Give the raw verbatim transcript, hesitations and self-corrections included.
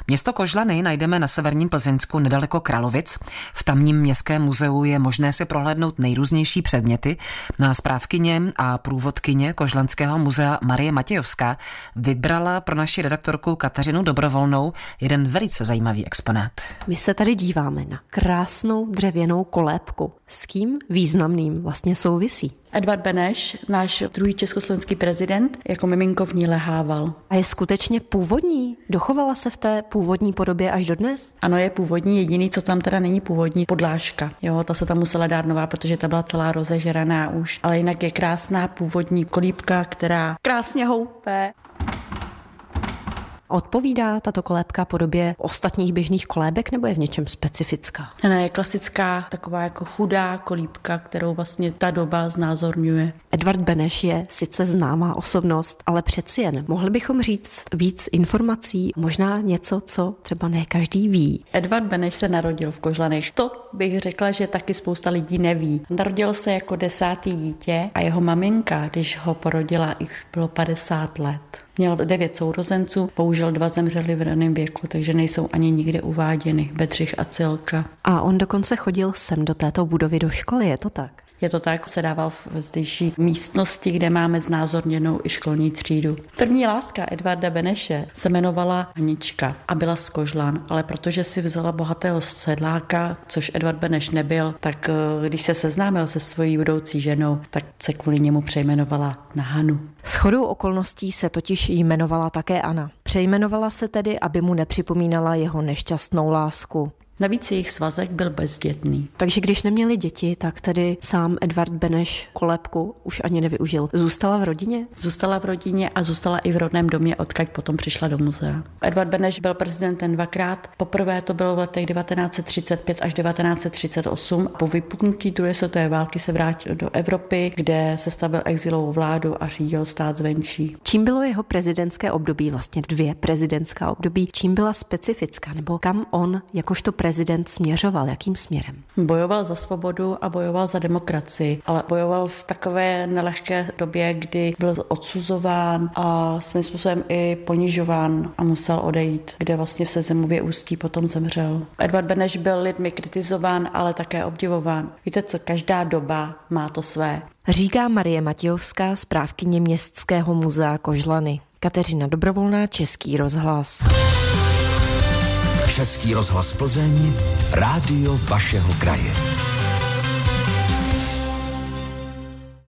Město Kožlany najdeme na severním Plzeňsku nedaleko Kralovic. V tamním městském muzeu je možné si prohlédnout nejrůznější předměty. No a správkyně a průvodkyně Kožlanského muzea Marie Matějovská vybrala pro naši redaktorku Kateřinu Dobrovolnou jeden velice zajímavý exponát. My se tady díváme na krásnou dřevěnou kolébku. S kým významným vlastně souvisí? Edvard Beneš, náš druhý československý prezident, jako miminko v ní lehával. A je skutečně původní? Dochovala se v té původní podobě až dodnes? Ano, je původní, jediný, co tam teda není původní, podlážka. Jo, ta se tam musela dát nová, protože ta byla celá rozežraná už. Ale jinak je krásná původní kolíbka, která krásně houpe. Odpovídá tato kolébka podobě ostatních běžných kolébek nebo je v něčem specifická? Ne, je klasická, taková jako chudá kolíbka, kterou vlastně ta doba znázorňuje. Edvard Beneš je sice známá osobnost, ale přeci jen mohli bychom říct víc informací, možná něco, co třeba ne každý ví. Edvard Beneš se narodil v Kožlanech. To bych řekla, že taky spousta lidí neví. Narodil se jako desátý dítě a jeho maminka, když ho porodila, už bylo padesát let. Měl devět sourozenců, bohužel dva zemřeli v raném věku, takže nejsou ani nikde uváděny, Bedřich a Cilka. A on dokonce chodil sem do této budovy do školy, je to tak? Je to tak, se dával v zdejší místnosti, kde máme znázorněnou i školní třídu. První láska Edvarda Beneše se jmenovala Anička a byla z Kožlan, ale protože si vzala bohatého sedláka, což Edvard Beneš nebyl, tak když se seznámil se svojí budoucí ženou, tak se kvůli němu přejmenovala na Hanu. Shodou okolností se totiž jmenovala také Anna. Přejmenovala se tedy, aby mu nepřipomínala jeho nešťastnou lásku. Navíc jejich svazek byl bezdětný. Takže když neměli děti, tak tedy sám Edvard Beneš kolébku už ani nevyužil. Zůstala v rodině? Zůstala v rodině a zůstala i v rodném domě, odkud potom přišla do muzea. Edvard Beneš byl prezidentem dvakrát. Poprvé to bylo v letech devatenáct set třicet pět až devatenáct set třicet osm. Po vypuknutí druhé světové války se vrátil do Evropy, kde sestavil exilovou vládu a řídil stát zvenčí. Čím bylo jeho prezidentské období, vlastně dvě prezidentská období, čím byla specifická, nebo kam on jakožto prezident směřoval, jakým směrem? Bojoval za svobodu a bojoval za demokracii, ale bojoval v takové nelehké době, kdy byl odsuzován a svým způsobem i ponižován a musel odejít, kde vlastně v Sezemově Ústí potom zemřel. Edvard Beneš byl lidmi kritizován, ale také obdivován. Víte co, každá doba má to své. Říká Marie Matějovská, správkyně Městského muzea Kožlany. Kateřina Dobrovolná, Český rozhlas. Český rozhlas Plzeň, rádio vašeho kraje.